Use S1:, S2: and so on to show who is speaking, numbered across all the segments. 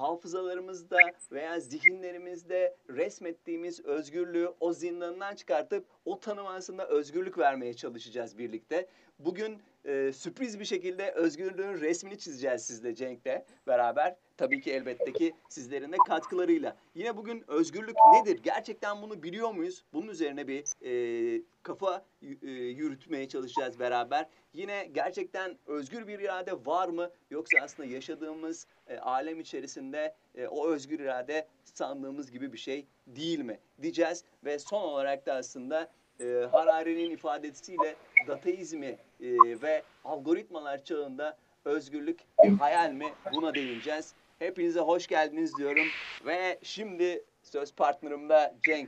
S1: hafızalarımızda veya zihinlerimizde resmettiğimiz özgürlüğü o zindanından çıkartıp o tanıma aslında özgürlük vermeye çalışacağız birlikte. Bugün sürpriz bir şekilde özgürlüğün resmini çizeceğiz sizle Cenk'le beraber. Tabii ki elbette ki sizlerin de katkılarıyla. Yine bugün özgürlük nedir? Gerçekten bunu biliyor muyuz? Bunun üzerine bir kafa yürütmeye çalışacağız beraber. Yine gerçekten özgür bir irade var mı? Yoksa aslında yaşadığımız alem içerisinde o özgür irade sandığımız gibi bir şey değil mi? Diyeceğiz ve son olarak da aslında Harari'nin ifadesiyle dataizmi ve algoritmalar çağında özgürlük bir hayal mi? Buna değineceğiz. Hepinize hoş geldiniz diyorum ve şimdi söz partnerimde Cenk.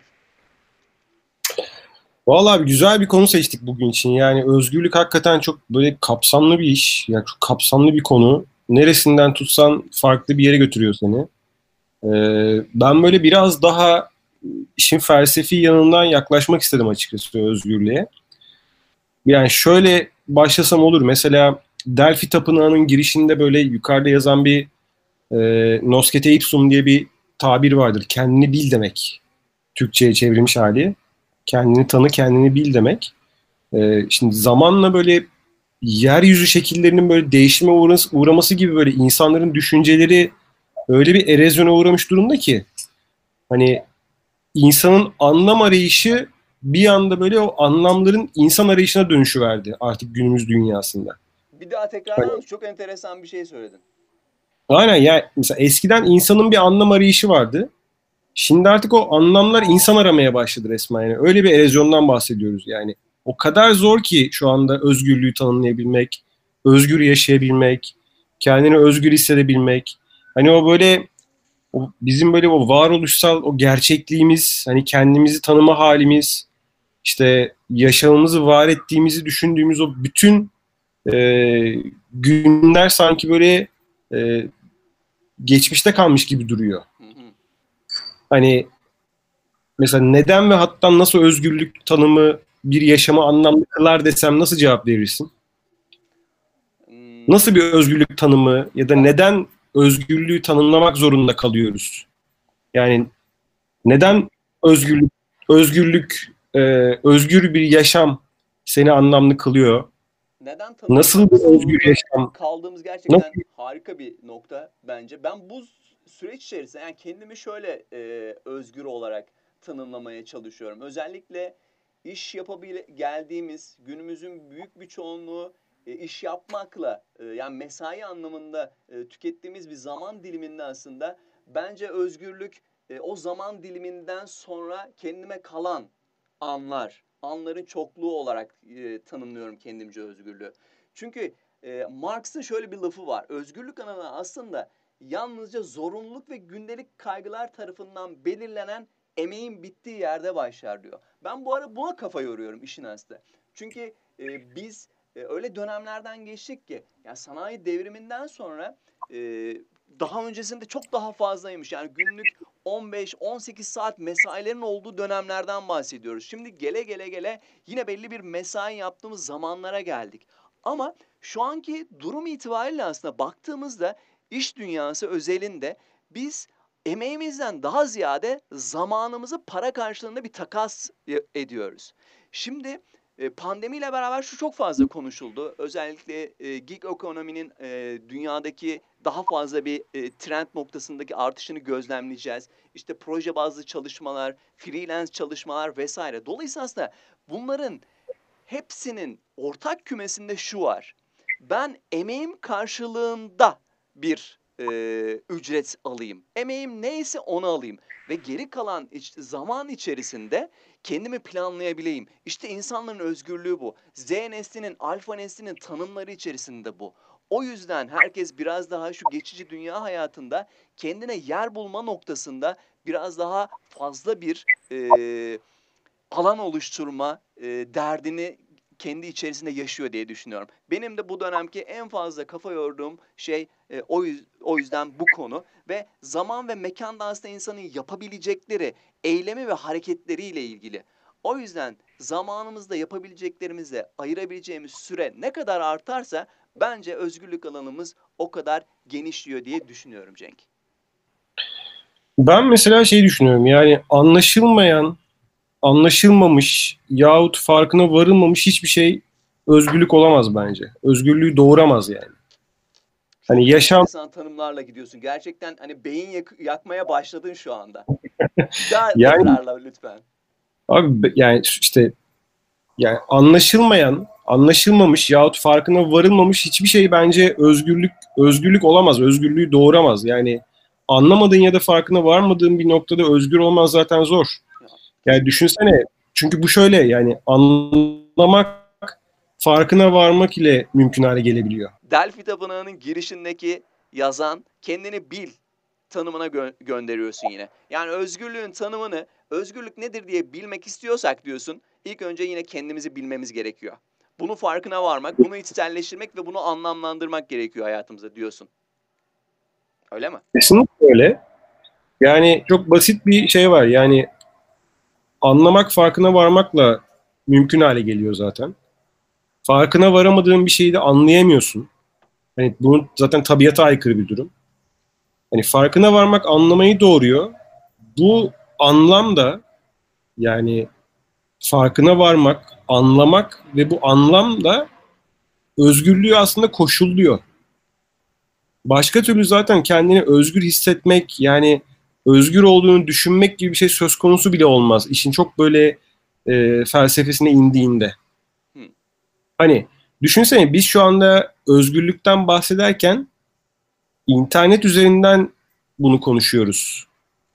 S2: Vallahi güzel bir konu seçtik bugün için. Yani özgürlük hakikaten çok böyle kapsamlı bir iş. Yani çok kapsamlı bir konu. Neresinden tutsan farklı bir yere götürüyor seni. Ben böyle biraz daha işin felsefi yanından yaklaşmak istedim açıkçası özgürlüğe. Yani şöyle başlasam olur. Mesela Delphi Tapınağı'nın girişinde böyle yukarıda yazan bir Noscete ipsum diye bir tabir vardır. Kendini bil demek. Türkçe'ye çevrilmiş hali. Kendini tanı, kendini bil demek. Şimdi zamanla böyle yeryüzü şekillerinin böyle değişime uğraması gibi böyle insanların düşünceleri öyle bir erozyona uğramış durumda ki hani insanın anlam arayışı bir anda böyle o anlamların insan arayışına dönüşüverdi artık günümüz dünyasında.
S1: Bir daha
S2: Hani,
S1: tekrarlar mısın? Çok enteresan bir şey söyledin.
S2: aynen ya mesela eskiden insanın bir anlam arayışı vardı. Şimdi artık o anlamlar insan aramaya başladı resmen. Yani öyle bir erozyondan bahsediyoruz yani. O kadar zor ki şu anda özgürlüğü tanımlayabilmek, özgür yaşayabilmek, kendini özgür hissedebilmek. Hani o böyle bizim böyle o varoluşsal o gerçekliğimiz, hani kendimizi tanıma halimiz, işte yaşamımızı var ettiğimizi düşündüğümüz o bütün günler sanki böyle e, geçmişte kalmış gibi duruyor.
S1: Hı hı.
S2: Hani mesela neden ve hatta nasıl özgürlük tanımı bir yaşamı anlamlı kılar desem nasıl cevap verirsin?
S1: Hmm,
S2: Nasıl bir özgürlük tanımı ya da neden özgürlüğü tanımlamak zorunda kalıyoruz? Yani neden özgürlük özgürlük özgür bir yaşam seni anlamlı kılıyor?
S1: Neden
S2: Nasıl
S1: tanımlamak
S2: bir özgür
S1: zorunda
S2: yaşam?
S1: kaldığımız
S2: Nasıl?
S1: gerçekten harika bir nokta bence. Ben bu süreç içerisinde yani kendimi şöyle özgür olarak tanımlamaya çalışıyorum. Özellikle iş geldiğimiz günümüzün büyük bir çoğunluğu iş yapmakla yani mesai anlamında tükettiğimiz bir zaman diliminde aslında bence özgürlük o zaman diliminden sonra kendime kalan anların çokluğu olarak tanımlıyorum kendimce özgürlüğü. Çünkü Marx'ın şöyle bir lafı var. Özgürlük alanı aslında yalnızca zorunluluk ve gündelik kaygılar tarafından belirlenen emeğin bittiği yerde başlar diyor. Ben bu ara buna kafa yoruyorum işin aslı. Çünkü biz öyle dönemlerden geçtik ki ya sanayi devriminden sonra e, daha öncesinde çok daha fazlaymış. Yani günlük 15-18 saat mesailerin olduğu dönemlerden bahsediyoruz. Şimdi gele gele gele yine belli bir mesai yaptığımız zamanlara geldik. Ama şu anki durum itibariyle aslında baktığımızda iş dünyası özelinde biz emeğimizden daha ziyade zamanımızı para karşılığında bir takas ediyoruz. Şimdi pandemiyle beraber şu çok fazla konuşuldu. Özellikle gig ekonominin dünyadaki daha fazla bir trend noktasındaki artışını gözlemleyeceğiz. İşte proje bazlı çalışmalar, freelance çalışmalar vesaire. Dolayısıyla aslında bunların hepsinin ortak kümesinde şu var. Ben emeğim karşılığında bir ücret alayım. Emeğim neyse onu alayım ve geri kalan zaman içerisinde kendimi planlayabileyim. İşte insanların özgürlüğü bu. Z neslinin, alfa neslinin tanımları içerisinde bu. O yüzden herkes biraz daha şu geçici dünya hayatında kendine yer bulma noktasında biraz daha fazla bir alan oluşturma derdini kendi içerisinde yaşıyor diye düşünüyorum. Benim de bu dönemki en fazla kafa yorduğum şey o yüzden bu konu ve zaman ve mekanda aslında insanın yapabilecekleri eylemi ve hareketleriyle ilgili. O yüzden zamanımızda yapabileceklerimizle ayırabileceğimiz süre ne kadar artarsa bence özgürlük alanımız o kadar genişliyor diye düşünüyorum Cenk.
S2: Ben mesela şey düşünüyorum, yani anlaşılmayan, anlaşılmamış yahut farkına varılmamış hiçbir şey özgürlük olamaz bence. Özgürlüğü doğuramaz yani. Hani
S1: Çok
S2: yaşam,
S1: enteresan tanımlarla gidiyorsun. Gerçekten hani beyin yakmaya başladın şu anda. Bir daha
S2: yani
S1: tekrarla lütfen.
S2: abi yani işte, yani anlaşılmayan, anlaşılmamış yahut farkına varılmamış hiçbir şey bence özgürlük olamaz. Özgürlüğü doğuramaz. Yani anlamadığın ya da farkına varmadığın bir noktada özgür olmaz zaten zor.
S1: Ya,
S2: Yani düşünsene, çünkü bu şöyle, yani anlamak farkına varmak ile mümkün hale gelebiliyor.
S1: Delphi Tapınağı'nın girişindeki yazan kendini bil tanımına gönderiyorsun yine. Yani özgürlüğün tanımını, özgürlük nedir diye bilmek istiyorsak diyorsun, ilk önce yine kendimizi bilmemiz gerekiyor. Bunu farkına varmak, bunu içselleştirmek ve bunu anlamlandırmak gerekiyor hayatımızda diyorsun. Öyle mi?
S2: Kesinlikle öyle. Yani çok basit bir şey var. Yani anlamak farkına varmakla mümkün hale geliyor zaten. Farkına varamadığın bir şeyi de anlayamıyorsun. Hani bunun zaten tabiata aykırı bir durum. Hani farkına varmak anlamayı doğuruyor. Bu anlam da, yani farkına varmak, anlamak ve bu anlam da özgürlüğü aslında koşulluyor. Başka türlü zaten kendini özgür hissetmek, yani özgür olduğunu düşünmek gibi bir şey söz konusu bile olmaz. İşin çok böyle felsefesine indiğinde.
S1: Hı.
S2: Hani düşünsene, biz şu anda özgürlükten bahsederken internet üzerinden bunu konuşuyoruz.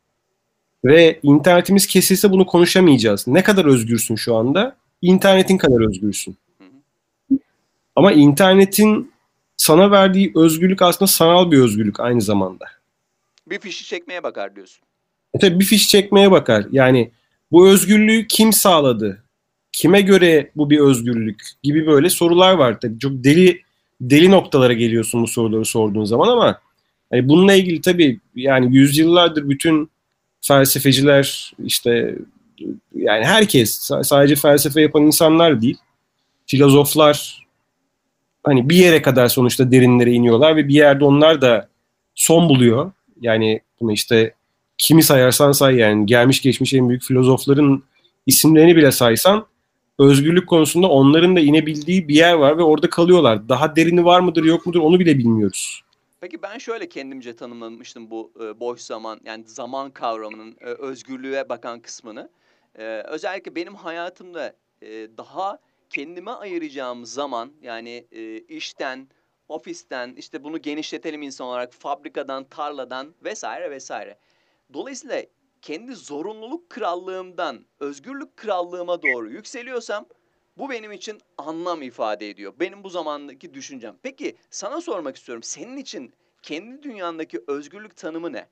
S2: Ve internetimiz kesilse bunu konuşamayacağız. Ne kadar özgürsün şu anda? İnternetin kadar özgürsün.
S1: Hı hı.
S2: Ama internetin sana verdiği özgürlük aslında sanal bir özgürlük aynı zamanda.
S1: Bir fişi çekmeye bakar diyorsun.
S2: Tabii bir fiş çekmeye bakar. Yani bu özgürlüğü kim sağladı? Kime göre bu bir özgürlük gibi böyle sorular var. Tabii çok deli noktalara geliyorsun bu soruları sorduğun zaman, ama hani bununla ilgili tabii yani yüzyıllardır bütün felsefeciler, işte yani herkes, sadece felsefe yapan insanlar değil, filozoflar hani bir yere kadar sonuçta derinlere iniyorlar ve bir yerde onlar da son buluyor. Yani bunu işte kimi sayarsan say, yani gelmiş geçmiş en büyük filozofların isimlerini bile saysan özgürlük konusunda onların da inebildiği bir yer var ve orada kalıyorlar. Daha derini var mıdır yok mudur onu bile bilmiyoruz.
S1: Peki ben şöyle kendimce tanımlamıştım bu boş zaman, yani zaman kavramının özgürlüğe bakan kısmını. Özellikle benim hayatımda daha kendime ayıracağım zaman, yani işten, ofisten, işte bunu genişletelim insan olarak, fabrikadan, tarladan vesaire vesaire. Dolayısıyla kendi zorunluluk krallığımdan özgürlük krallığıma doğru yükseliyorsam bu benim için anlam ifade ediyor. Benim bu zamandaki düşüncem. Peki sana sormak istiyorum. Senin için kendi dünyandaki özgürlük tanımı ne?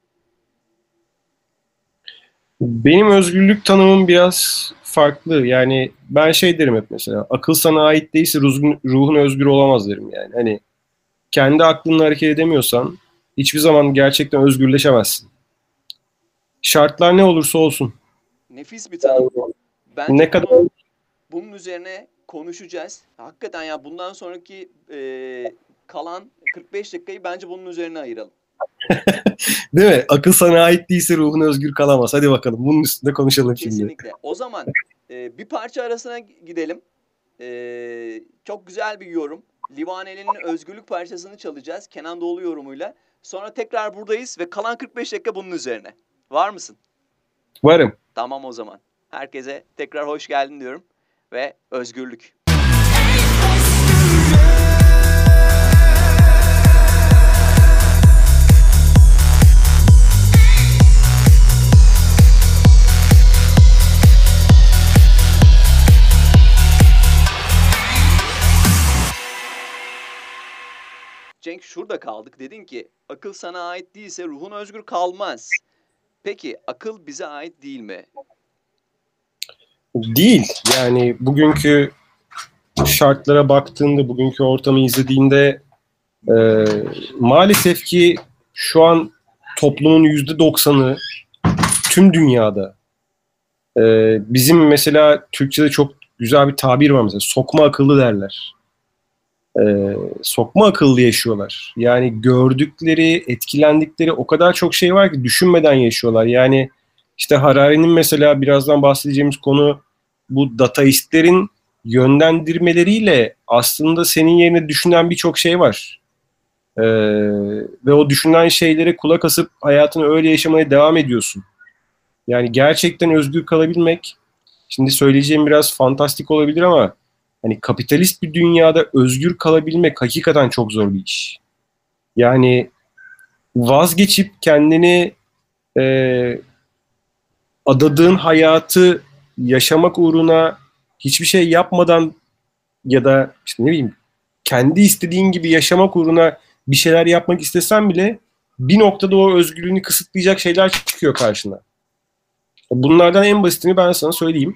S2: Benim özgürlük tanımım biraz farklı. Yani ben şey derim hep mesela, akıl sana ait değilse ruhun özgür olamaz derim yani. Hani kendi aklınla hareket edemiyorsan hiçbir zaman gerçekten özgürleşemezsin. Şartlar ne olursa olsun.
S1: Nefis bir tanım.
S2: Ne
S1: Bence
S2: kadar,
S1: bunun üzerine konuşacağız. Hakikaten ya, bundan sonraki kalan 45 dakikayı bence bunun üzerine ayıralım.
S2: değil mi? Akıl sana ait değilse ruhun özgür kalamaz. Hadi bakalım bunun üstünde konuşalım şimdi.
S1: Kesinlikle. O zaman bir parça arasına gidelim. Çok güzel bir yorum. Livaneli'nin Özgürlük parçasını çalacağız Kenan Doğulu yorumuyla. Sonra tekrar buradayız ve kalan 45 dakika bunun üzerine. Var mısın?
S2: Varım.
S1: Tamam o zaman. Herkese tekrar hoş geldin diyorum ve özgürlük. Cenk, şurada kaldık. Dedin ki akıl sana ait değilse ruhun özgür kalmaz. Peki akıl bize ait değil mi?
S2: Değil. Yani bugünkü şartlara baktığında, bugünkü ortamı izlediğinde e, maalesef ki şu an toplumun %90'ı tüm dünyada, bizim mesela Türkçe'de çok güzel bir tabir var mesela, sokma akıllı derler. sokma akıllı yaşıyorlar. Yani gördükleri, etkilendikleri o kadar çok şey var ki düşünmeden yaşıyorlar. Yani işte Harari'nin mesela birazdan bahsedeceğimiz konu bu dataistlerin yönlendirmeleriyle aslında senin yerine düşünen birçok şey var. Ee, ve o düşünen şeylere kulak asıp hayatını öyle yaşamaya devam ediyorsun. Yani gerçekten özgür kalabilmek, şimdi söyleyeceğim biraz fantastik olabilir ama hani kapitalist bir dünyada özgür kalabilmek hakikaten çok zor bir iş. Yani vazgeçip kendini e, adadığın hayatı yaşamak uğruna hiçbir şey yapmadan ya da işte ne bileyim kendi istediğin gibi yaşamak uğruna bir şeyler yapmak istesen bile bir noktada o özgürlüğünü kısıtlayacak şeyler çıkıyor karşına. Bunlardan en basitini ben sana söyleyeyim.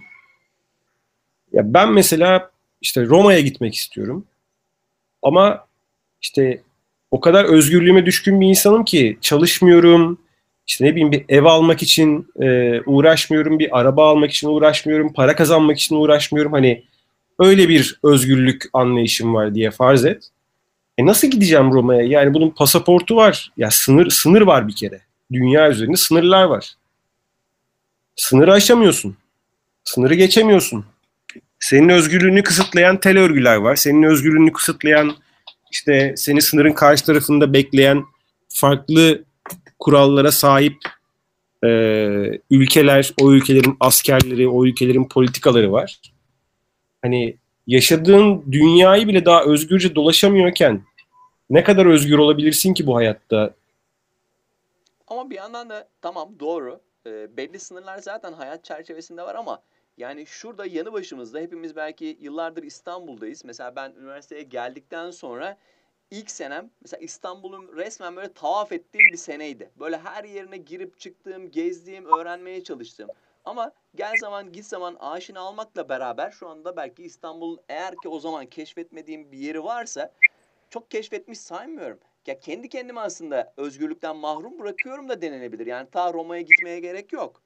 S2: Ya ben mesela işte Roma'ya gitmek istiyorum. Ama işte o kadar özgürlüğüme düşkün bir insanım ki çalışmıyorum. İşte ne bileyim bir ev almak için uğraşmıyorum, bir araba almak için uğraşmıyorum, para kazanmak için uğraşmıyorum. Hani öyle bir özgürlük anlayışım var diye farz et. Nasıl gideceğim Roma'ya? Yani bunun pasaportu var. Ya sınır var bir kere. Dünya üzerinde sınırlar var. Sınırı aşamıyorsun. Sınırı geçemiyorsun. Senin özgürlüğünü kısıtlayan tel örgüler var. Senin özgürlüğünü kısıtlayan işte seni sınırın karşı tarafında bekleyen farklı kurallara sahip e, ülkeler, o ülkelerin askerleri, o ülkelerin politikaları var. Hani yaşadığın dünyayı bile daha özgürce dolaşamıyorken ne kadar özgür olabilirsin ki bu hayatta?
S1: Ama bir yandan da tamam, doğru. Belli sınırlar zaten hayat çerçevesinde var ama yani şurada yanı başımızda hepimiz belki yıllardır İstanbul'dayız. Mesela ben üniversiteye geldikten sonra ilk senem mesela İstanbul'un resmen böyle tavaf ettiğim bir seneydi. Böyle her yerine girip çıktığım, gezdiğim, öğrenmeye çalıştığım. Ama gel zaman git zaman aşina almakla beraber şu anda belki İstanbul'un eğer ki o zaman keşfetmediğim bir yeri varsa çok keşfetmiş saymıyorum. Ya kendi kendime aslında özgürlükten mahrum bırakıyorum da denilebilir. Yani ta Roma'ya gitmeye gerek yok.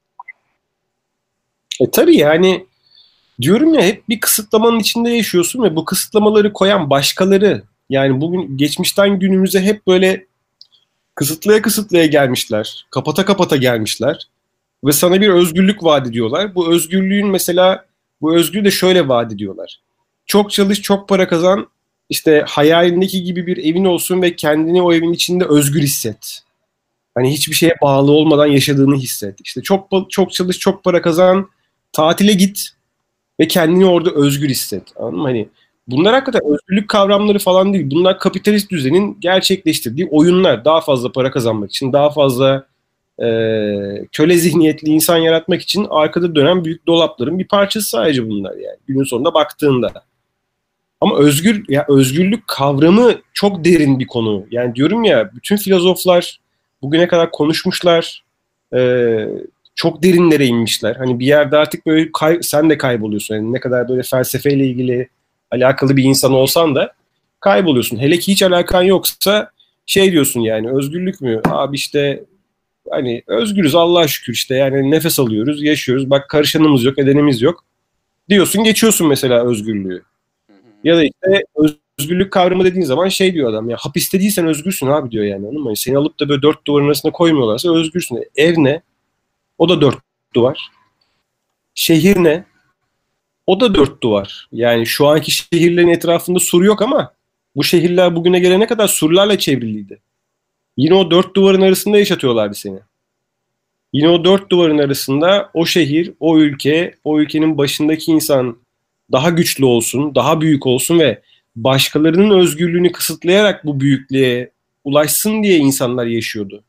S2: Tabii yani diyorum ya hep bir kısıtlamanın içinde yaşıyorsun ve bu kısıtlamaları koyan başkaları. Yani bugün geçmişten günümüze hep böyle kısıtlaya kısıtlaya gelmişler. Kapata kapata gelmişler. Ve sana bir özgürlük vaat ediyorlar. Bu özgürlüğün mesela bu özgürlüğü de şöyle vaat ediyorlar. Çok çalış, çok para kazan, işte hayalindeki gibi bir evin olsun ve kendini o evin içinde özgür hisset. Hani hiçbir şeye bağlı olmadan yaşadığını hisset. İşte çok çalış, çok para kazan, tatile git ve kendini orada özgür hisset. Anladın mı? Hani bunlar hakikaten özgürlük kavramları falan değil. Bunlar kapitalist düzenin gerçekleştirdiği oyunlar. Daha fazla para kazanmak için, daha fazla e, köle zihniyetli insan yaratmak için arkada dönen büyük dolapların bir parçası sadece bunlar yani. Günün sonunda baktığında. Ama özgürlük kavramı çok derin bir konu. Yani diyorum ya bütün filozoflar bugüne kadar konuşmuşlar. E, çok derinlere inmişler. Hani bir yerde artık böyle sen de kayboluyorsun. Yani ne kadar böyle felsefeyle ilgili alakalı bir insan olsan da kayboluyorsun. Hele ki hiç alakan yoksa şey diyorsun yani özgürlük mü? Abi işte hani özgürüz Allah'a şükür işte yani nefes alıyoruz, yaşıyoruz. Bak karışanımız yok, edenimiz yok. Diyorsun geçiyorsun mesela özgürlüğü.
S1: Hı hı.
S2: Ya da işte özgürlük kavramı dediğin zaman şey diyor adam ya hapiste değilsen özgürsün abi diyor yani. Anladın mı? Seni alıp da böyle dört duvarın arasında koymuyorlarsa özgürsün. Ev ne? O da dört duvar. Şehir ne? O da dört duvar. Yani şu anki şehirlerin etrafında sur yok ama bu şehirler bugüne gelene kadar surlarla çevriliydi. Yine o dört duvarın arasında yaşatıyorlardı seni. Yine o dört duvarın arasında o şehir, o ülke, o ülkenin başındaki insan daha güçlü olsun, daha büyük olsun ve başkalarının özgürlüğünü kısıtlayarak bu büyüklüğe ulaşsın diye insanlar yaşıyordu.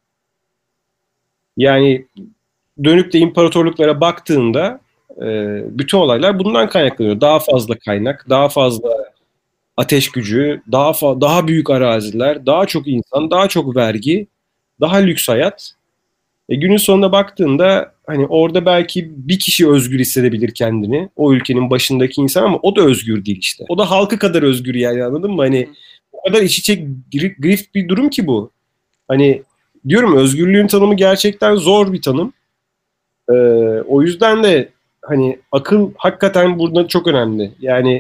S2: Yani dönüp de imparatorluklara baktığında bütün olaylar bundan kaynaklanıyor. Daha fazla kaynak, daha fazla ateş gücü, daha büyük araziler, daha çok insan, daha çok vergi, daha lüks hayat. Günün sonunda baktığında hani orada belki bir kişi özgür hissedebilir kendini. O ülkenin başındaki insan ama o da özgür değil işte. O da halkı kadar özgür yani anladın mı?
S1: Hı
S2: Hani
S1: hı.
S2: o kadar iç içe grift bir durum ki bu. Hani diyorum özgürlüğün tanımı gerçekten zor bir tanım. O yüzden de hani akıl hakikaten burada çok önemli. Yani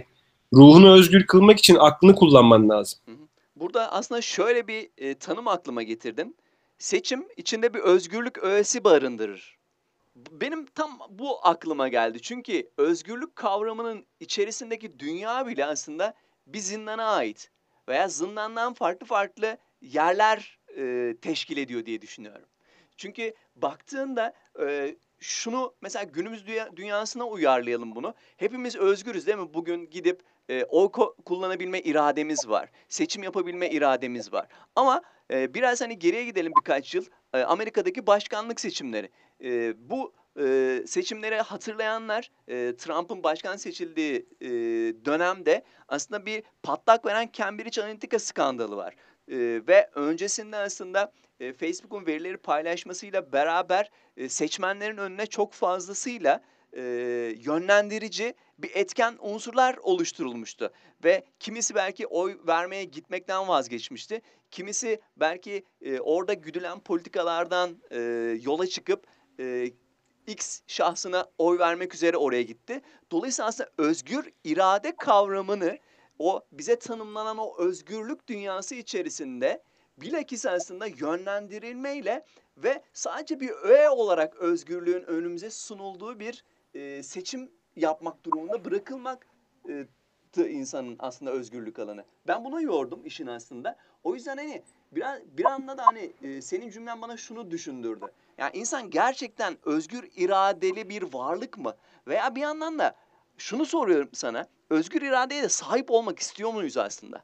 S2: ruhunu özgür kılmak için aklını kullanman lazım.
S1: Burada aslında şöyle bir tanım aklıma getirdin. Seçim içinde bir özgürlük öğesi barındırır. Benim tam bu aklıma geldi. Çünkü özgürlük kavramının içerisindeki dünya bile aslında bir zindana ait. Veya zindandan farklı farklı yerler teşkil ediyor diye düşünüyorum. Çünkü baktığında şunu mesela günümüz dünyasına uyarlayalım bunu. Hepimiz özgürüz değil mi? Bugün gidip oy kullanabilme irademiz var. Seçim yapabilme irademiz var. Ama biraz hani geriye gidelim birkaç yıl. Amerika'daki başkanlık seçimleri. Bu seçimleri hatırlayanlar Trump'ın başkan seçildiği dönemde aslında bir patlak veren Cambridge Analytica skandalı var. Ve öncesinde aslında Facebook'un verileri paylaşmasıyla beraber seçmenlerin önüne çok fazlasıyla yönlendirici bir etken unsurlar oluşturulmuştu. Ve kimisi belki oy vermeye gitmekten vazgeçmişti. Kimisi belki orada güdülen politikalardan yola çıkıp X şahsına oy vermek üzere oraya gitti. Dolayısıyla aslında özgür irade kavramını o bize tanımlanan o özgürlük dünyası içerisinde bilakis aslında yönlendirilmeyle ve sadece bir öğe olarak özgürlüğün önümüze sunulduğu bir seçim yapmak durumunda bırakılmak insanın aslında özgürlük alanı. Ben buna yordum işin aslında. O yüzden hani bir anda da hani senin cümlen bana şunu düşündürdü. Yani insan gerçekten özgür iradeli bir varlık mı? Veya bir yandan da şunu soruyorum sana. Özgür iradeye de sahip olmak istiyor muyuz aslında?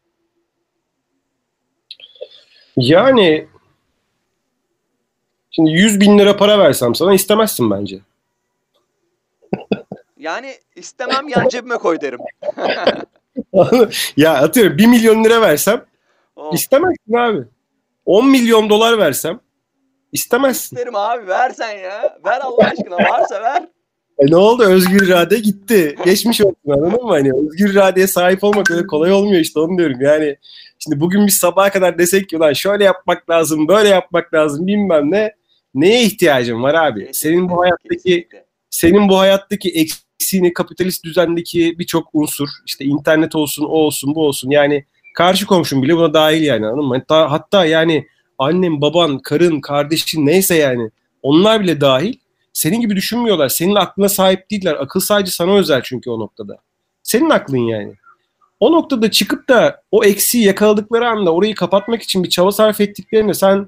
S2: Yani şimdi 100 bin lira para versem sana istemezsin bence.
S1: Yani istemem yan cebime koy derim.
S2: Ya atıyorum 1 milyon lira versem istemezsin abi. 10 milyon dolar versem istemezsin.
S1: İsterim abi versen ya. Ver Allah aşkına varsa ver.
S2: Ne oldu? Özgür irade gitti. Geçmiş olsun, anladın mı? Hani özgür iradeye sahip olmak öyle kolay olmuyor işte, onu diyorum. Yani şimdi bugün biz sabaha kadar desek ki lan şöyle yapmak lazım, böyle yapmak lazım bilmem ne. Neye ihtiyacın var abi?
S1: Kesinlikle.
S2: Senin bu hayattaki eksiğini kapitalist düzendeki birçok unsur, işte internet olsun, o olsun, bu olsun. Yani karşı komşun bile buna dahil yani, anladın mı? Hatta yani annen, baban, karın, kardeşin neyse yani onlar bile dahil. Senin gibi düşünmüyorlar. Senin aklına sahip değiller. Akıl sadece sana özel çünkü o noktada. Senin aklın yani. O noktada çıkıp da o eksiği yakaladıkları anda orayı kapatmak için bir çaba sarf ettiklerinde sen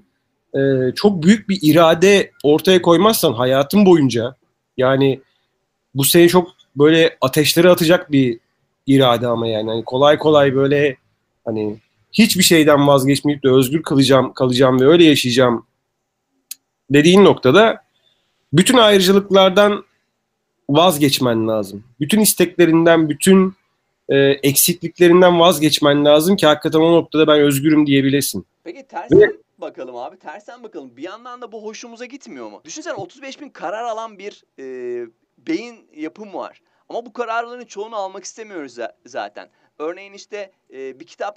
S2: çok büyük bir irade ortaya koymazsan hayatın boyunca, yani bu seni çok böyle ateşlere atacak bir irade ama yani hani kolay kolay böyle hani hiçbir şeyden vazgeçmeyip de özgür kalacağım ve öyle yaşayacağım dediğin noktada bütün ayrıcalıklardan vazgeçmen lazım. Bütün isteklerinden, bütün eksikliklerinden vazgeçmen lazım ki hakikaten o noktada ben özgürüm diyebilesin.
S1: Peki tersten bakalım abi. Tersten bakalım. Bir yandan da bu hoşumuza gitmiyor mu? Düşünsene 35 bin karar alan bir beyin yapım var. Ama bu kararların çoğunu almak istemiyoruz zaten. Örneğin işte bir kitap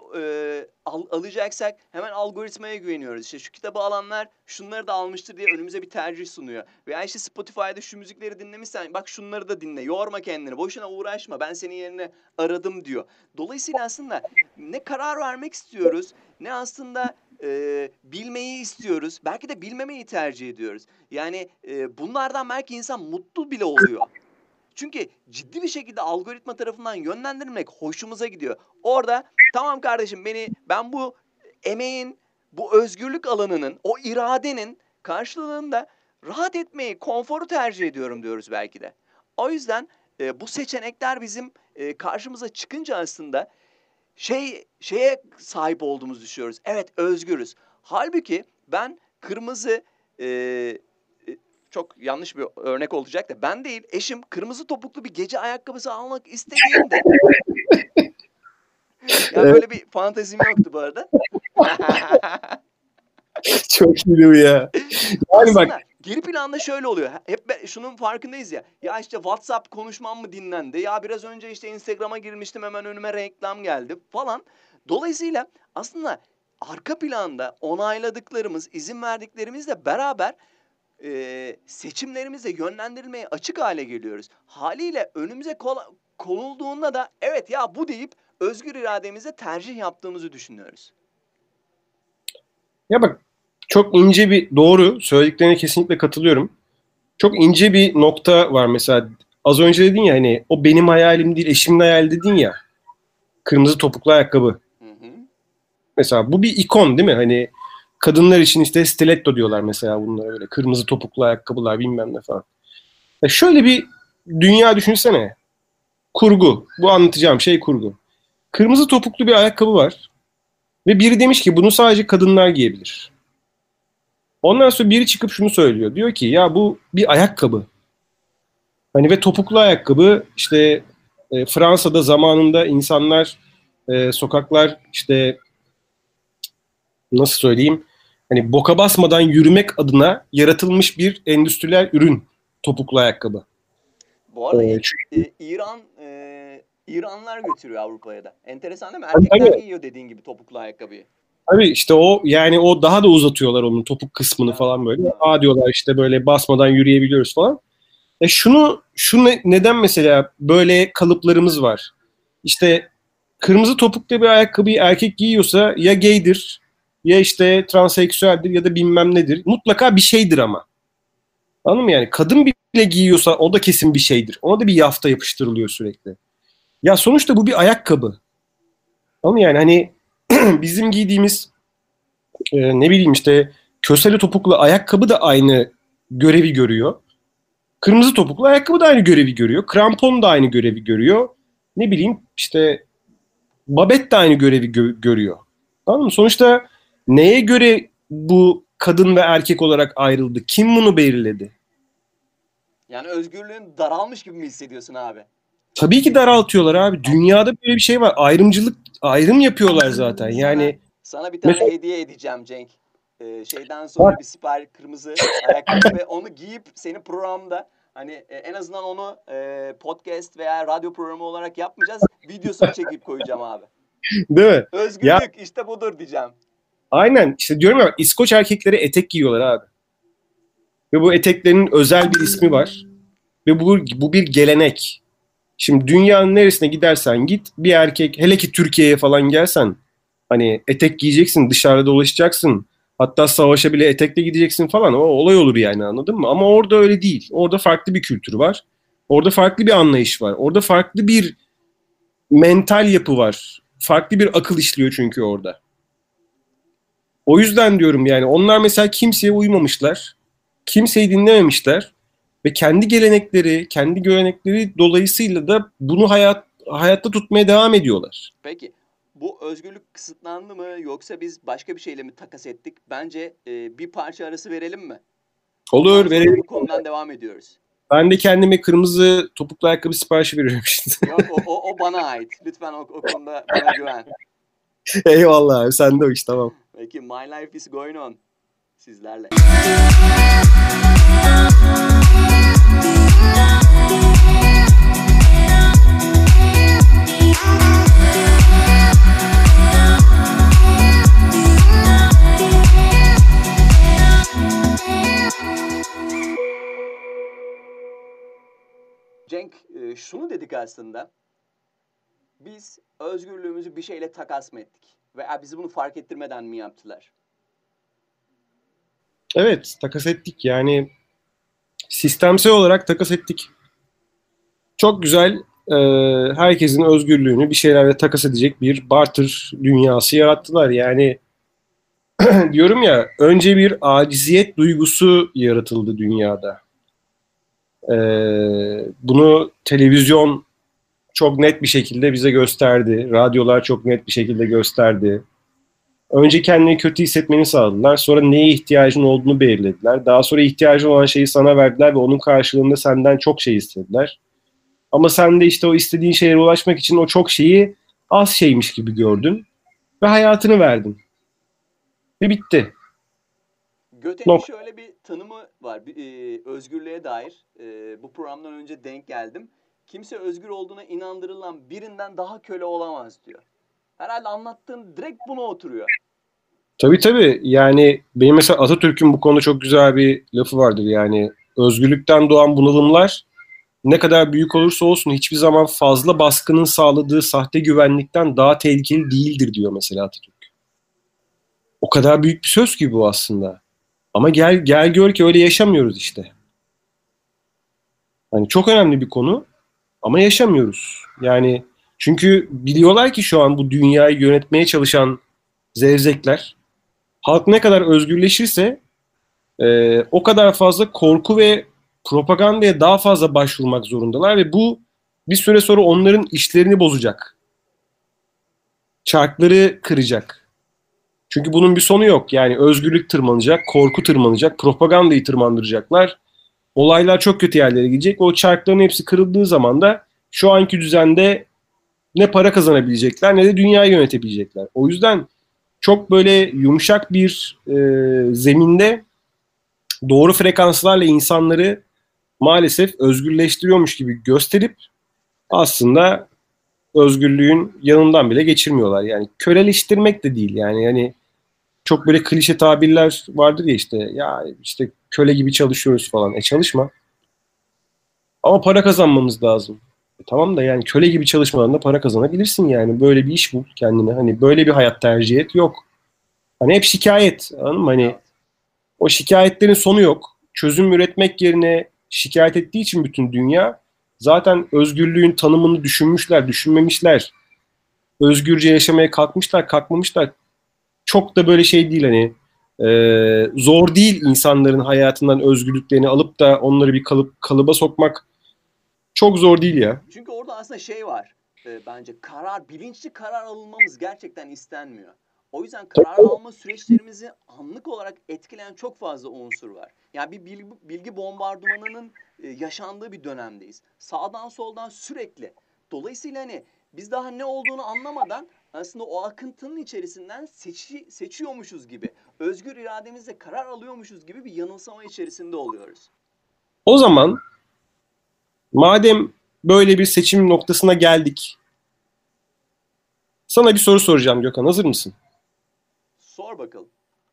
S1: alacaksak hemen algoritmaya güveniyoruz. İşte şu kitabı alanlar şunları da almıştır diye önümüze bir tercih sunuyor. Veya işte Spotify'da şu müzikleri dinlemişsen bak şunları da dinle. Yorma kendini. Boşuna uğraşma. Ben senin yerine aradım diyor. Dolayısıyla aslında ne karar vermek istiyoruz ne aslında bilmeyi istiyoruz. Belki de bilmemeyi tercih ediyoruz. Yani bunlardan belki insan mutlu bile oluyor. Çünkü ciddi bir şekilde algoritma tarafından yönlendirilmek hoşumuza gidiyor. Orada tamam kardeşim ben bu emeğin, bu özgürlük alanının, o iradenin karşılığında rahat etmeyi, konforu tercih ediyorum diyoruz belki de. O yüzden bu seçenekler bizim karşımıza çıkınca aslında şeye sahip olduğumuzu düşünüyoruz. Evet özgürüz. Halbuki ben kırmızı çok yanlış bir örnek olacak da ben değil eşim kırmızı topuklu bir gece ayakkabısı almak istediğinde ya böyle bir fantezim yoktu bu arada.
S2: Çok iyi bu ya. Yani
S1: aslında geri planda şöyle oluyor. Hep şunun farkındayız ya. Ya işte WhatsApp konuşmam mı dinlendi? Ya biraz önce işte Instagram'a girmiştim hemen önüme reklam geldi falan. Dolayısıyla aslında arka planda onayladıklarımız, izin verdiklerimizle beraber seçimlerimize yönlendirilmeye açık hale geliyoruz. Haliyle önümüze konulduğunda da evet ya bu deyip özgür irademize tercih yaptığımızı düşünüyoruz.
S2: Ya bak, çok ince bir, doğru söylediklerine kesinlikle katılıyorum. Çok ince bir nokta var mesela. Az önce dedin ya, hani o benim hayalim değil eşimin hayali dedin ya. Kırmızı topuklu ayakkabı.
S1: Hı hı.
S2: Mesela bu bir ikon değil mi? Hani kadınlar için işte stiletto diyorlar mesela bunlara, böyle kırmızı topuklu ayakkabılar bilmem ne falan. Ya şöyle bir dünya düşünsene. Kurgu. Bu anlatacağım şey kurgu. Kırmızı topuklu bir ayakkabı var. Ve biri demiş ki bunu sadece kadınlar giyebilir. Ondan sonra biri çıkıp şunu söylüyor. Diyor ki ya bu bir ayakkabı. Hani ve topuklu ayakkabı işte Fransa'da zamanında insanlar sokaklar işte nasıl söyleyeyim, hani boka basmadan yürümek adına yaratılmış bir endüstriyel ürün topuklu ayakkabı.
S1: Bu arada ilk
S2: Çünkü
S1: İranlar götürüyor Avrupa'ya da. Enteresan değil mi?
S2: tabii,
S1: Erkekler giyiyor dediğin gibi topuklu ayakkabıyı.
S2: tabii işte o yani o daha da uzatıyorlar onun topuk kısmını falan böyle. Aa diyorlar işte böyle basmadan yürüyebiliyoruz falan. Neden mesela böyle kalıplarımız var? İşte kırmızı topuklu bir ayakkabıyı erkek giyiyorsa ya gaydir ya işte transseksüeldir ya da bilmem nedir. Mutlaka bir şeydir ama. Anladın mı yani? Kadın bile giyiyorsa o da kesin bir şeydir. Ona da bir yafta yapıştırılıyor sürekli. Ya sonuçta bu bir ayakkabı. Anladın mı yani? Hani bizim giydiğimiz ne bileyim işte kösele topuklu ayakkabı da aynı görevi görüyor. Kırmızı topuklu ayakkabı da aynı görevi görüyor. Krampon da aynı görevi görüyor. Ne bileyim işte babet de aynı görevi görüyor. Anladın mı? Sonuçta neye göre bu kadın ve erkek olarak ayrıldı? Kim bunu belirledi?
S1: Yani özgürlüğün daralmış gibi mi hissediyorsun abi?
S2: Tabii ki daraltıyorlar abi. Dünyada böyle bir şey var. Ayrım yapıyorlar zaten. Yani
S1: sana bir tane hediye edeceğim Cenk. Şeyden sonra bir siper kırmızı ayakkabı ve onu giyip seni programda hani en azından onu podcast veya radyo programı olarak yapmayacağız. Videosunu çekip koyacağım abi.
S2: değil mi?
S1: Özgürlük
S2: Ya,
S1: işte budur diyeceğim.
S2: aynen işte diyorum ya, İskoç erkekleri etek giyiyorlar abi. Ve bu eteklerin özel bir ismi var. Ve bu bir gelenek. Şimdi dünyanın neresine gidersen git bir erkek, hele ki Türkiye'ye falan gelsen, hani etek giyeceksin, dışarıda dolaşacaksın. Hatta savaşa bile etekle gideceksin falan. O olay olur yani, anladın mı? Ama orada öyle değil. Orada farklı bir kültür var. Orada farklı bir anlayış var. Orada farklı bir mental yapı var. Farklı bir akıl işliyor çünkü orada. O yüzden diyorum yani onlar mesela kimseye uymamışlar. Kimseyi dinlememişler. Ve kendi gelenekleri, kendi görenekleri dolayısıyla da bunu hayatta tutmaya devam ediyorlar.
S1: Peki bu özgürlük kısıtlandı mı yoksa biz başka bir şeyle mi takas ettik? Bence bir parça arası verelim mi?
S2: Olur, verelim.
S1: Bu konudan devam ediyoruz.
S2: Ben de kendime kırmızı topuklu ayakkabı siparişi veriyorum işte.
S1: Yok o bana ait. Lütfen o konuda bana güven.
S2: Eyvallah abi, sen de o iş, tamam.
S1: Peki My Life is Going On sizlerle. Cenk şunu dedik aslında. Biz özgürlüğümüzü bir şeyle takas mı ettik? Veya bizi bunu fark ettirmeden mi yaptılar?
S2: Evet, takas ettik yani, sistemsel olarak takas ettik. Çok güzel, herkesin özgürlüğünü bir şeylerle takas edecek bir barter dünyası yarattılar. Yani diyorum ya, önce bir aciziyet duygusu yaratıldı dünyada. Bunu televizyon çok net bir şekilde bize gösterdi. Radyolar çok net bir şekilde gösterdi. Önce kendini kötü hissetmeni sağladılar. Sonra neye ihtiyacın olduğunu belirlediler. Daha sonra ihtiyacın olan şeyi sana verdiler ve onun karşılığında senden çok şey istediler. Ama sen de işte o istediğin şeye ulaşmak için o çok şeyi az şeymiş gibi gördün. Ve hayatını verdin. Ve bitti.
S1: Göte'nin şöyle bir tanımı var. Özgürlüğe dair. Bu programdan önce denk geldim. Kimse özgür olduğuna inandırılan birinden daha köle olamaz diyor. Herhalde anlattığın direkt buna oturuyor.
S2: Tabii tabii. Yani benim mesela Atatürk'ün bu konuda çok güzel bir lafı vardır. Yani özgürlükten doğan bunalımlar ne kadar büyük olursa olsun hiçbir zaman fazla baskının sağladığı sahte güvenlikten daha tehlikeli değildir diyor mesela Atatürk. O kadar büyük bir söz ki bu aslında. Ama gel gör ki öyle yaşamıyoruz işte. Hani çok önemli bir konu ama yaşamıyoruz. Yani çünkü biliyorlar ki şu an bu dünyayı yönetmeye çalışan zevzekler, halk ne kadar özgürleşirse o kadar fazla korku ve propagandaya daha fazla başvurmak zorundalar ve bu bir süre sonra onların işlerini bozacak. Çarkları kıracak. Çünkü bunun bir sonu yok. Yani özgürlük tırmanacak, korku tırmanacak, propagandayı tırmandıracaklar. Olaylar çok kötü yerlere gidecek. O çarkların hepsi kırıldığı zaman da şu anki düzende ne para kazanabilecekler ne de dünyayı yönetebilecekler. O yüzden çok böyle yumuşak bir zeminde doğru frekanslarla insanları maalesef özgürleştiriyormuş gibi gösterip aslında özgürlüğün yanından bile geçirmiyorlar. Yani köleleştirmek de değil. Yani çok böyle klişe tabirler vardır ya işte ya işte köle gibi çalışıyoruz falan. Çalışma. Ama para kazanmamız lazım. Tamam da yani köle gibi çalışmadan da para kazanabilirsin yani. Böyle bir iş bul kendine. Hani böyle bir hayat tercih et. Yok. Hani hep şikayet. Anladın mı? Hani
S1: Evet.
S2: o şikayetlerin sonu yok. Çözüm üretmek yerine şikayet ettiği için bütün dünya zaten özgürlüğün tanımını düşünmüşler, düşünmemişler. Özgürce yaşamaya kalkmışlar, kalkmamışlar. Çok da böyle şey değil hani zor değil insanların hayatından özgürlüklerini alıp da onları bir kalıba sokmak çok zor değil ya.
S1: Çünkü orada aslında şey var. Bence bilinçli karar alınmamız gerçekten istenmiyor. O yüzden karar alma süreçlerimizi anlık olarak etkileyen çok fazla unsur var. Yani bir bilgi bombardımanının yaşandığı bir dönemdeyiz. Sağdan soldan sürekli. Dolayısıyla hani biz daha ne olduğunu anlamadan aslında o akıntının içerisinden seçiyormuşuz gibi, özgür irademizle karar alıyormuşuz gibi bir yanılsama içerisinde oluyoruz.
S2: O zaman madem böyle bir seçim noktasına geldik, sana bir soru soracağım Gökhan. Hazır mısın?
S1: Sor bakalım.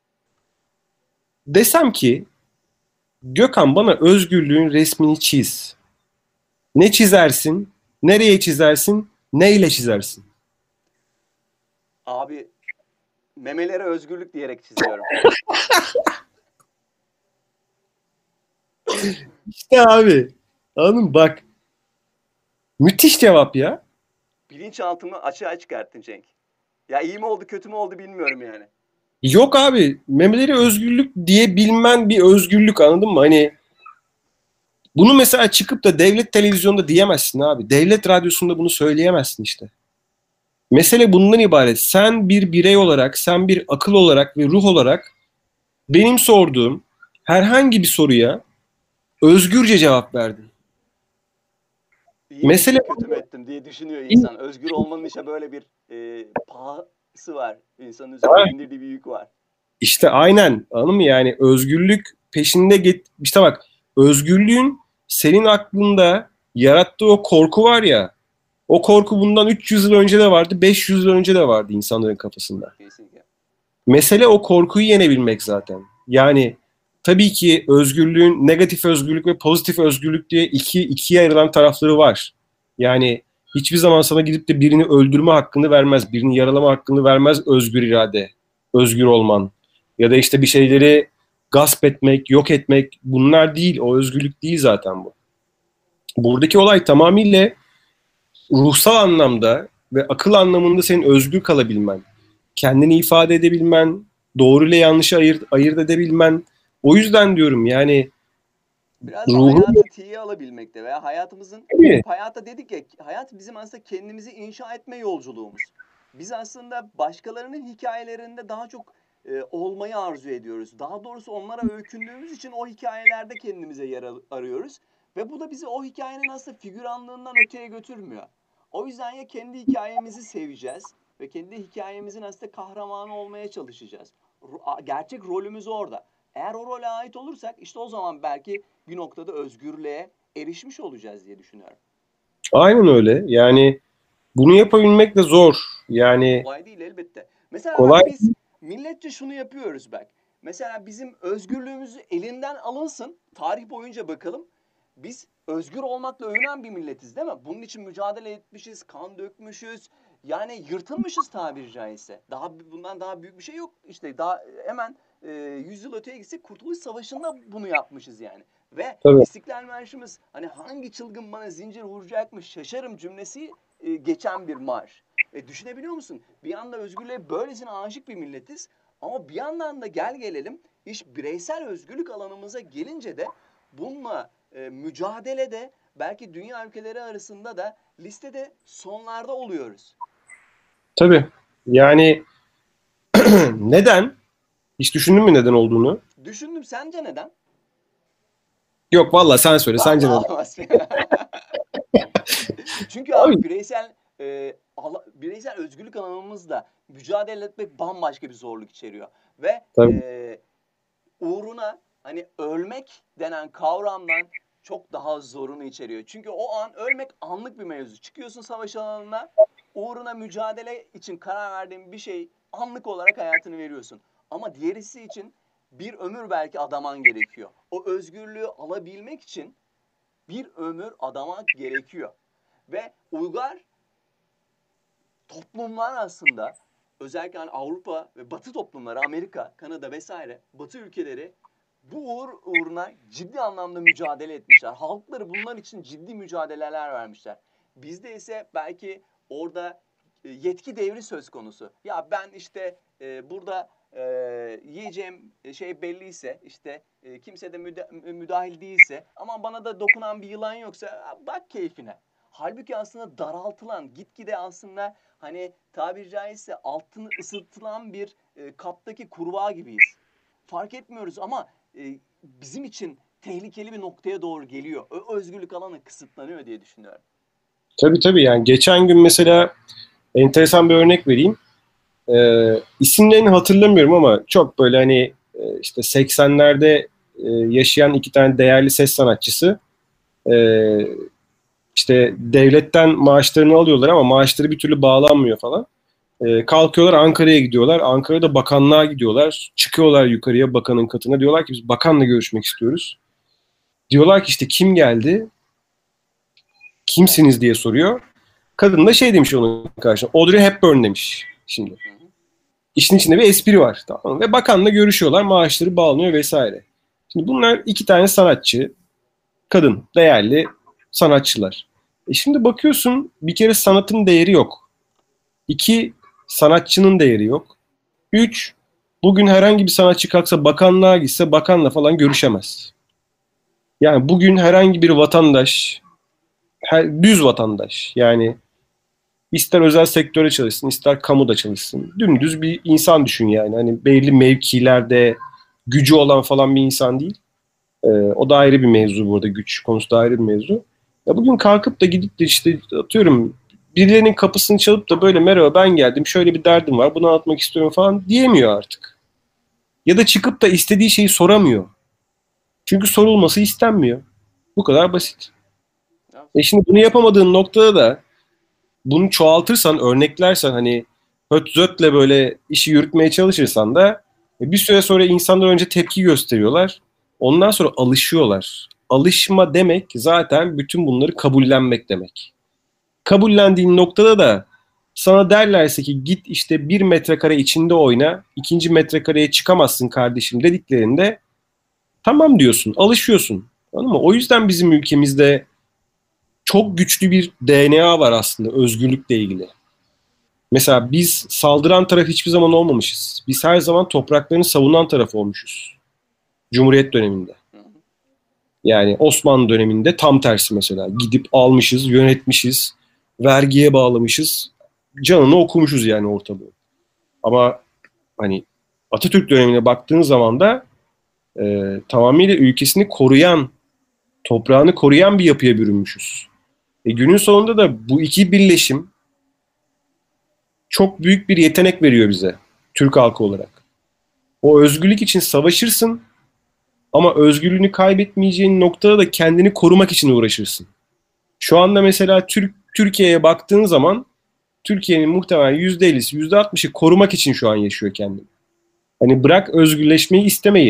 S2: Desem ki Gökhan bana özgürlüğün resmini çiz. Ne çizersin? Nereye çizersin? Ne ile çizersin?
S1: Abi, memelere özgürlük diyerek çiziyorum.
S2: İşte abi. Anladın mı? Bak. Müthiş cevap ya.
S1: Bilinçaltımı açığa çıkarttın Cenk. Ya iyi mi oldu kötü mü oldu bilmiyorum yani.
S2: Yok abi. Memeleri özgürlük diye bilmen bir özgürlük, anladın mı? Hani bunu mesela çıkıp da devlet televizyonda diyemezsin abi. Devlet radyosunda bunu söyleyemezsin işte. Mesele bundan ibaret. Sen bir birey olarak, sen bir akıl olarak ve ruh olarak benim sorduğum herhangi bir soruya özgürce cevap verdin.
S1: İyi mi
S2: Mesele
S1: ettim kötü mü ettim diye düşünüyor insan. Özgür olmanın işte böyle bir pahası var. İnsanın üzerine bindirdiği bir yük var.
S2: işte aynen, anladın mı? Yani özgürlük peşinde işte bak, özgürlüğün senin aklında yarattığı o korku var ya, o korku bundan 300 yıl önce de vardı, 500 yıl önce de vardı insanların kafasında.
S1: Kesinlikle.
S2: Mesele o korkuyu yenebilmek zaten. Yani tabii ki özgürlüğün negatif özgürlük ve pozitif özgürlük diye ikiye ayrılan tarafları var. Yani hiçbir zaman sana gidip de birini öldürme hakkını vermez, birini yaralama hakkını vermez özgür irade, özgür olman. Ya da işte bir şeyleri gasp etmek, yok etmek, bunlar değil, o özgürlük değil zaten bu. Buradaki olay tamamıyla ruhsal anlamda ve akıl anlamında senin özgür kalabilmen, kendini ifade edebilmen, doğru ile yanlışı ayırt edebilmen. O yüzden diyorum yani
S1: Biraz da
S2: ruhun
S1: hayatı tiye alabilmekte veya hayatımızın
S2: gibi.
S1: hep hayatta dedik ya hayat bizim aslında kendimizi inşa etme yolculuğumuz. Biz aslında başkalarının hikayelerinde daha çok olmayı arzu ediyoruz. Daha doğrusu onlara öykündüğümüz için o hikayelerde kendimize yer arıyoruz. Ve bu da bizi o hikayenin aslında figüranlığından öteye götürmüyor. O yüzden ya kendi hikayemizi seveceğiz ve kendi hikayemizin aslında kahramanı olmaya çalışacağız. Gerçek rolümüz orada. Eğer o role ait olursak işte o zaman belki bir noktada özgürlüğe erişmiş olacağız diye düşünüyorum.
S2: Aynen öyle. Yani bunu yapabilmek de zor. Yani
S1: Kolay değil elbette. Mesela
S2: kolay.
S1: bak biz milletçe şunu yapıyoruz bak. Mesela bizim özgürlüğümüzü elinden alınsın. Tarih boyunca bakalım. biz özgür olmakla övünen bir milletiz değil mi? Bunun için mücadele etmişiz, kan dökmüşüz. Yani yırtılmışız tabiri caizse. Bundan daha büyük bir şey yok. İşte daha hemen 100 yıl öteye gitsek Kurtuluş Savaşı'nda bunu yapmışız yani. Ve
S2: Tabii.
S1: İstiklal Marşımız hani hangi çılgın bana zincir vuracakmış şaşarım cümlesi geçen bir marş. Düşünebiliyor musun? Bir yanda özgürlüğe böylesine aşık bir milletiz. Ama bir yandan da gel gelelim iş bireysel özgürlük alanımıza gelince de bununla mücadelede belki dünya ülkeleri arasında da listede sonlarda oluyoruz.
S2: Tabii. Yani neden? Hiç düşündün mü neden olduğunu?
S1: Düşündüm, sence neden?
S2: Yok valla sen söyle. Sence neden?
S1: Çünkü abi bireysel özgürlük alanımızda mücadele etmek bambaşka bir zorluk içeriyor. Ve uğruna hani ölmek denen kavramdan çok daha zorunu içeriyor. Çünkü o an ölmek anlık bir mevzu. Çıkıyorsun savaş alanına, uğruna mücadele için karar verdiğin bir şey anlık olarak hayatını veriyorsun. Ama diğerisi için bir ömür belki adaman gerekiyor. O özgürlüğü alabilmek için bir ömür adamak gerekiyor. Ve uygar toplumlar aslında özellikle hani Avrupa ve Batı toplumları, Amerika, Kanada vesaire Batı ülkeleri bu uğruna ciddi anlamda mücadele etmişler. Halkları bunlar için ciddi mücadeleler vermişler. Bizde ise belki orada yetki devri söz konusu. Ya ben işte burada yiyeceğim şey belliyse, işte kimse de müdahil değilse, ama bana da dokunan bir yılan yoksa bak keyfine. Halbuki aslında daraltılan, gitgide aslında hani tabiri caizse altını ısıtılan bir kaptaki kurbağa gibiyiz. Fark etmiyoruz ama bizim için tehlikeli bir noktaya doğru geliyor. Özgürlük alanı kısıtlanıyor diye düşünüyorum.
S2: Tabii yani geçen gün mesela enteresan bir örnek vereyim. İsimlerini hatırlamıyorum ama çok böyle hani işte 80'lerde yaşayan iki tane değerli ses sanatçısı işte devletten maaşlarını alıyorlar ama maaşları bir türlü bağlanmıyor falan. Kalkıyorlar Ankara'ya gidiyorlar. Ankara'da bakanlığa gidiyorlar. Çıkıyorlar yukarıya bakanın katına. Diyorlar ki biz bakanla görüşmek istiyoruz. Diyorlar ki işte kim geldi? Kimsiniz diye soruyor. Kadın da şey demiş onun karşısına. Audrey Hepburn demiş şimdi. İşin içinde bir espri var. Tamam. Ve bakanla görüşüyorlar. Maaşları bağlanıyor vesaire. Şimdi bunlar iki tane sanatçı. Kadın. Değerli sanatçılar. Şimdi bakıyorsun bir kere sanatın değeri yok. İki, sanatçının değeri yok. Üç, bugün herhangi bir sanatçı kalksa bakanlığa gitse bakanla falan görüşemez. Yani bugün herhangi bir vatandaş, düz vatandaş yani ister özel sektöre çalışsın, ister kamuda çalışsın. Dümdüz bir insan düşün yani. Hani belli mevkilerde gücü olan falan bir insan değil. O da ayrı bir mevzu burada. Güç konusu da ayrı bir mevzu. Ya bugün kalkıp da gidip de işte atıyorum birilerinin kapısını çalıp da böyle merhaba ben geldim, şöyle bir derdim var, bunu anlatmak istiyorum falan diyemiyor artık. Ya da çıkıp da istediği şeyi soramıyor. Çünkü sorulması istenmiyor. Bu kadar basit. Şimdi bunu yapamadığın noktada da bunu çoğaltırsan, örneklersen hani höt böyle işi yürütmeye çalışırsan da bir süre sonra insanlar önce tepki gösteriyorlar. Ondan sonra alışıyorlar. Alışma demek zaten bütün bunları kabullenmek demek. Kabullendiğin noktada da sana derlerse ki git işte 1 metrekare içinde oyna, 2. metrekareye çıkamazsın kardeşim dediklerinde tamam diyorsun, alışıyorsun. Anladın mı? O yüzden bizim ülkemizde çok güçlü bir DNA var aslında özgürlükle ilgili. Mesela biz saldıran taraf hiçbir zaman olmamışız. Biz her zaman topraklarını savunan taraf olmuşuz. Cumhuriyet döneminde. Yani Osmanlı döneminde tam tersi mesela. Gidip almışız, yönetmişiz, vergiye bağlamışız, canını okumuşuz yani ortalığı. Ama hani Atatürk dönemine baktığın zaman da tamamıyla ülkesini koruyan, toprağını koruyan bir yapıya bürünmüşüz. Günün sonunda da bu iki birleşim çok büyük bir yetenek veriyor bize Türk halkı olarak. O özgürlük için savaşırsın ama özgürlüğünü kaybetmeyeceğin noktada da kendini korumak için uğraşırsın. Şu anda mesela Türkiye'ye baktığın zaman Türkiye'nin muhtemelen %50'si, %60'ı korumak için şu an yaşıyor kendini. Hani bırak özgürleşmeyi istemeyi.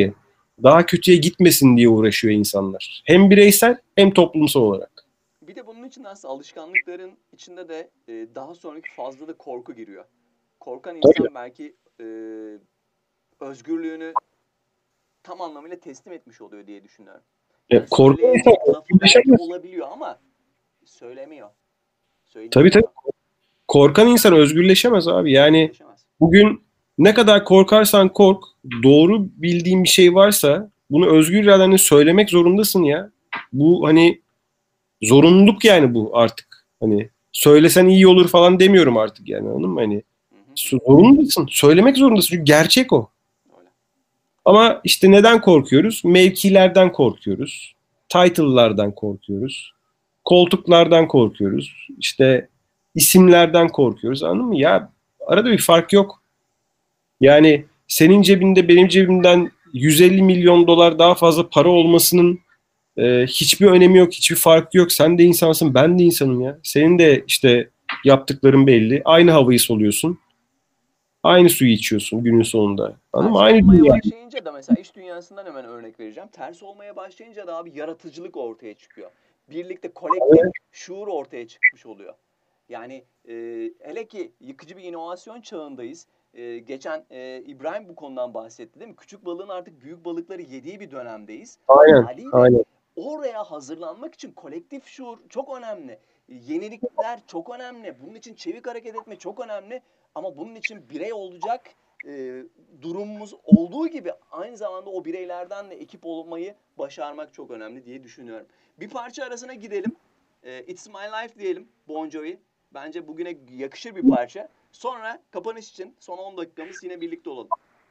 S2: daha kötüye gitmesin diye uğraşıyor insanlar. Hem bireysel hem toplumsal olarak.
S1: Bir de bunun için aslında alışkanlıkların içinde de daha sonraki fazla da korku giriyor. Korkan
S2: Tabii.
S1: insan belki özgürlüğünü tam anlamıyla teslim etmiş oluyor diye düşünüyorum. Yani
S2: Korku insan
S1: söyleyecek lafı belki
S2: özgürleşemez.
S1: olabiliyor ama söylemiyor.
S2: Tabii tabii.
S1: Söyleyemiyor.
S2: Korkan insan özgürleşemez abi. Yani
S1: Özgürleşemez.
S2: bugün ne kadar korkarsan kork, doğru bildiğin bir şey varsa bunu özgür iradenle söylemek zorundasın ya. Bu hani zorunluluk yani bu artık. Hani söylesen iyi olur falan demiyorum artık yani, anladın mı? Hani
S1: Hı hı.
S2: zorundasın. Söylemek zorundasın. Çünkü gerçek o.
S1: Öyle.
S2: Ama işte neden korkuyoruz? Mevkilerden korkuyoruz. Title'lardan korkuyoruz. Koltuklardan korkuyoruz. İşte isimlerden korkuyoruz. Anladın mı? Ya arada bir fark yok. Yani senin cebinde benim cebimden 150 milyon dolar daha fazla para olmasının hiçbir önemi yok. Hiçbir farkı yok. Sen de insansın, ben de insanım ya. Senin de işte yaptıkların belli. Aynı havayı soluyorsun. Aynı suyu içiyorsun günün sonunda. Anladın mı?
S1: Ters
S2: Aynı
S1: olmaya
S2: dünya.
S1: başlayınca da mesela iş dünyasından hemen örnek vereceğim. Ters olmaya başlayınca da abi yaratıcılık ortaya çıkıyor. Birlikte kolektif şuur ortaya çıkmış oluyor. Yani hele ki yıkıcı bir inovasyon çağındayız. Geçen İbrahim bu konudan bahsetti değil mi? Küçük balığın artık büyük balıkları yediği bir dönemdeyiz.
S2: Aynen,
S1: Haliyle
S2: aynen.
S1: oraya hazırlanmak için kolektif şuur çok önemli. Yenilikler çok önemli. Bunun için çevik hareket etme çok önemli. Ama bunun için birey olacak durumumuz olduğu gibi aynı zamanda o bireylerden de ekip olmayı başarmak çok önemli diye düşünüyorum. Bir parça arasına gidelim. It's My Life diyelim Bon Jovi. Bence bugüne yakışır bir parça. Sonra kapanış için son 10 dakikamız yine birlikte olalım.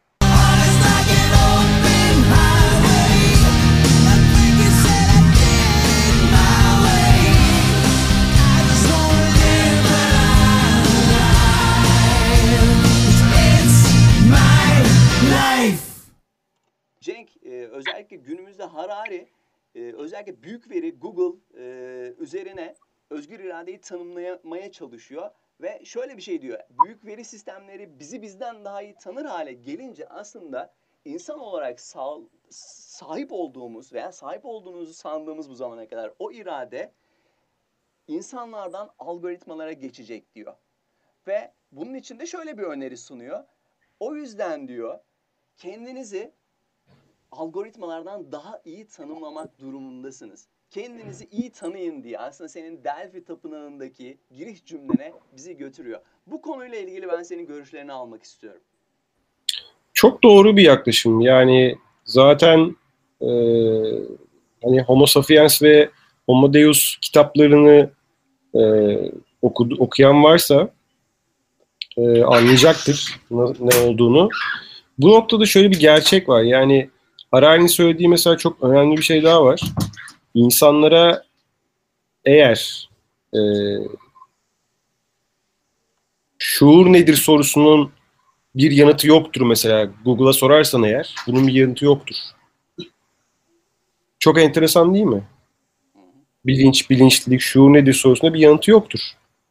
S1: Cenk, özellikle günümüzde Harari, özellikle büyük veri Google üzerine özgür iradeyi tanımlamaya çalışıyor. Ve şöyle bir şey diyor, büyük veri sistemleri bizi bizden daha iyi tanır hale gelince aslında insan olarak sahip olduğumuz veya sahip olduğumuzu sandığımız bu zamana kadar o irade insanlardan algoritmalara geçecek diyor. Ve bunun için de şöyle bir öneri sunuyor. O yüzden diyor, kendinizi algoritmalardan daha iyi tanımlamak durumundasınız. Kendinizi iyi tanıyın diye aslında senin Delphi tapınağındaki giriş cümlene bizi götürüyor. Bu konuyla ilgili ben senin görüşlerini almak istiyorum.
S2: Çok doğru bir yaklaşım. Yani zaten e, hani Homo sapiens ve Homo Deus kitaplarını e, okuyan varsa anlayacaktır ne olduğunu. Bu noktada şöyle bir gerçek var. Yani Harari'nin söylediği mesela çok önemli bir şey daha var. İnsanlara eğer şuur nedir sorusunun bir yanıtı yoktur mesela. Google'a sorarsan eğer bunun bir yanıtı yoktur. Çok enteresan değil mi? Bilinç, bilinçlilik, şuur nedir sorusunda bir yanıtı yoktur.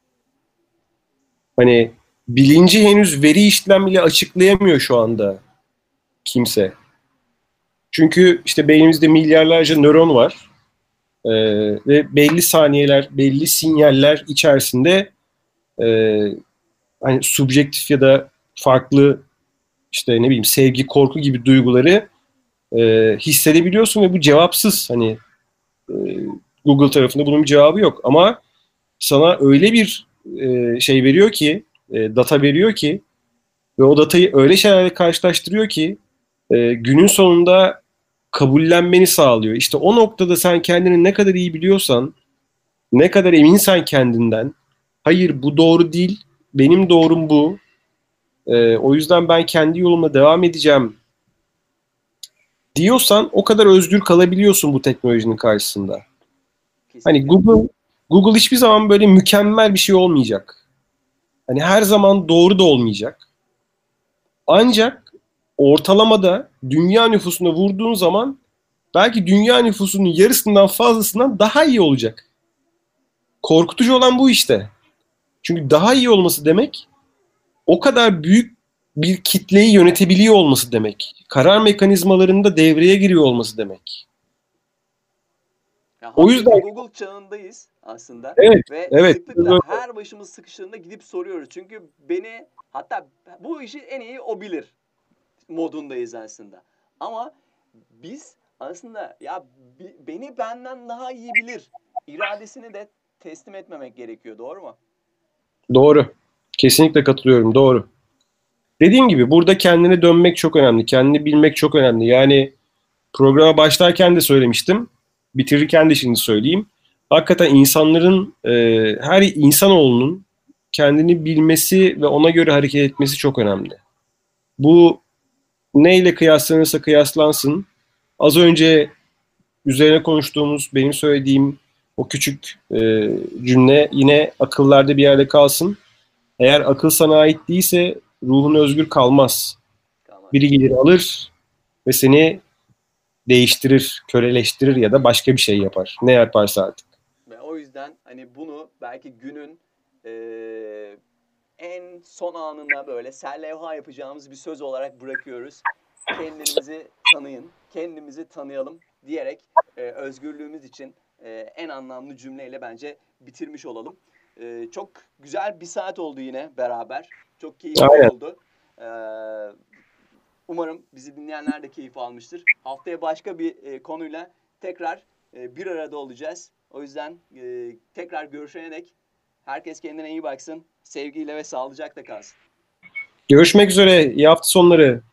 S2: Hani bilinci henüz veri işlemiyle açıklayamıyor şu anda kimse. Çünkü işte beynimizde milyarlarca nöron var. Ve belli saniyeler, belli sinyaller içerisinde hani subjektif ya da farklı işte ne bileyim sevgi, korku gibi duyguları hissedebiliyorsun ve bu cevapsız. Hani e, Google tarafında bunun bir cevabı yok. Ama sana öyle bir şey veriyor ki, data veriyor ki ve o datayı öyle şeylerle karşılaştırıyor ki günün sonunda kabullenmeni sağlıyor. İşte o noktada sen kendini ne kadar iyi biliyorsan, ne kadar eminsen kendinden, hayır bu doğru değil, benim doğrum bu, o yüzden ben kendi yoluma devam edeceğim diyorsan o kadar özgür kalabiliyorsun bu teknolojinin karşısında. Hani
S1: Kesinlikle.
S2: Google hiçbir zaman böyle mükemmel bir şey olmayacak. Hani her zaman doğru da olmayacak. Ancak ortalamada dünya nüfusuna vurduğun zaman belki dünya nüfusunun yarısından fazlasından daha iyi olacak. Korkutucu olan bu işte. Çünkü daha iyi olması demek o kadar büyük bir kitleyi yönetebiliyor olması demek. Karar mekanizmalarında devreye giriyor olması demek.
S1: Ya
S2: O
S1: hasreten
S2: yüzden
S1: Google çağındayız aslında
S2: evet,
S1: ve
S2: evet.
S1: sıklıkla her başımız sıkıştığında gidip soruyoruz. Çünkü beni, hatta bu işi en iyi o bilir modundayız aslında. Ama biz aslında ya beni benden daha iyi bilir iradesini de teslim etmemek gerekiyor. Doğru mu?
S2: Doğru. Kesinlikle katılıyorum. Doğru. Dediğim gibi burada kendine dönmek çok önemli. Kendini bilmek çok önemli. Yani programa başlarken de söylemiştim. Bitirirken de şimdi söyleyeyim. Hakikaten insanların, her insanoğlunun kendini bilmesi ve ona göre hareket etmesi çok önemli. Bu neyle kıyaslanırsa kıyaslansın. Az önce üzerine konuştuğumuz, benim söylediğim o küçük cümle yine akıllarda bir yerde kalsın. Eğer akıl sana ait değilse ruhun özgür kalmaz.
S1: Kalmaz.
S2: Biri gelir alır ve seni değiştirir, köleleştirir ya da başka bir şey yapar. Ne yaparsa artık.
S1: Ve o yüzden hani bunu belki günün en son anında böyle serlevha yapacağımız bir söz olarak bırakıyoruz. Kendinizi tanıyın, kendimizi tanıyalım diyerek özgürlüğümüz için en anlamlı cümleyle bence bitirmiş olalım. Çok güzel bir saat oldu yine beraber. Çok keyifli
S2: Aynen.
S1: oldu. E, Umarım bizi dinleyenler de keyif almıştır. Haftaya başka bir konuyla tekrar bir arada olacağız. O yüzden tekrar görüşene dek herkes kendine iyi baksın. Sevgiyle ve sağlıcakla kalsın.
S2: Görüşmek üzere. İyi hafta sonları.